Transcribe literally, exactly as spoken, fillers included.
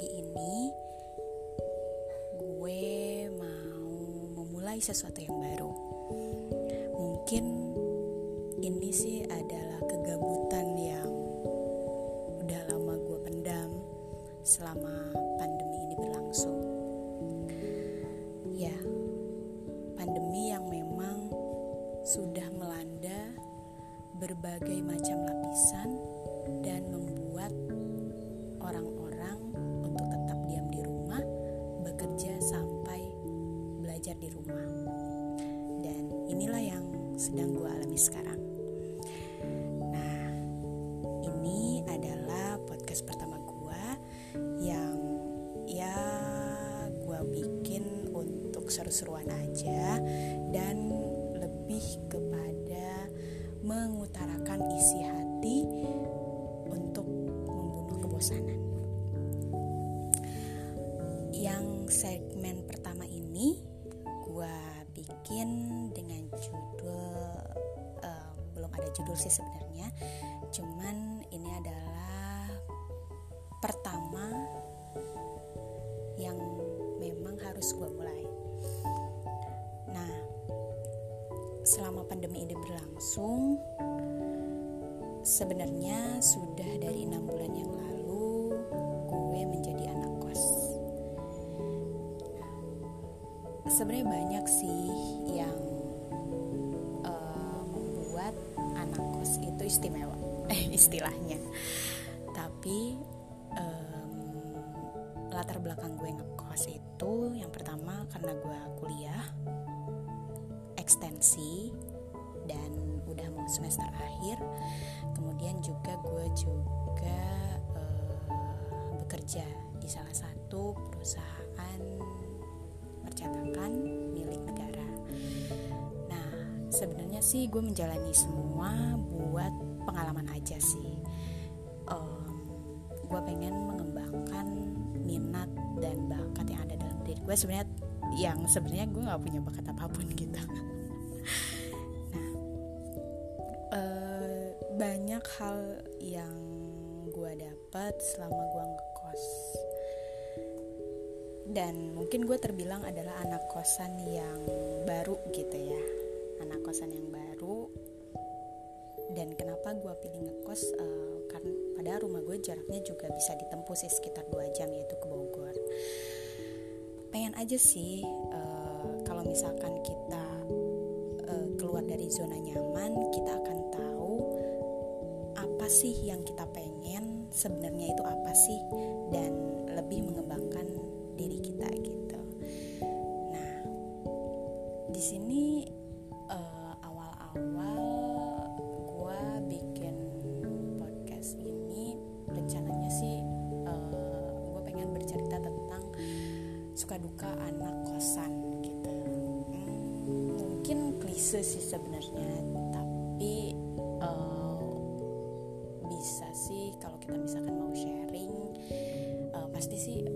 pagi ini gue mau memulai sesuatu yang baru. Mungkin ini sih adalah kegabutan yang udah lama gue pendam selama pandemi ini berlangsung. Ya, pandemi yang memang sudah melanda berbagai macam lapisan dan membuat orang-orang untuk tetap diam di rumah, bekerja sampai belajar di rumah. Dan inilah yang sedang gue alami sekarang. Nah, ini adalah podcast pertama gue yang ya gue bikin untuk seru-seruan aja dan lebih kepada mengutarakan isi hati untuk membunuh kebosanan. Yang segmen pertama ini gue bikin dengan judul uh, belum ada judul sih sebenarnya, cuman ini adalah pertama yang memang harus gue mulai. Nah, selama pandemi ini berlangsung, sebenarnya sudah dari enam bulan yang lalu gue menjadi anak kos. Sebenarnya banyak sih yang uh, membuat anak kos itu istimewa, eh istilahnya. Tapi um, latar belakang gue ngekos itu yang pertama karena gue kuliah ekstensi dan udah mau semester akhir. Kemudian juga gue juga uh, bekerja di salah satu perusahaan percetakan milik negara. Nah, sebenarnya sih gue menjalani semua buat pengalaman aja sih. Um, gue pengen mengembangkan minat dan bakat yang ada dalam diri gue. Sebenarnya yang sebenarnya gue nggak punya bakat apapun gitu. Nah, uh, banyak hal yang gue dapat selama gue ngekos. Dan mungkin gue terbilang adalah anak kosan yang baru gitu ya, anak kosan yang baru. Dan kenapa gue pilih ngekos, uh, karena pada rumah gue jaraknya juga bisa ditempuh sih sekitar dua jam, yaitu ke Bogor. Pengen aja sih uh, kalau misalkan kita uh, keluar dari zona nyaman, kita akan tahu apa sih yang kita pengen, sebenarnya itu apa sih, dan lebih mengembangkan diri kita gitu. Nah, di sini uh, awal-awal gue bikin podcast ini rencananya sih uh, gue pengen bercerita tentang suka duka anak kosan gitu. Hmm, mungkin klise sih sebenarnya, tapi uh, bisa sih kalau kita misalkan mau sharing, uh, pasti sih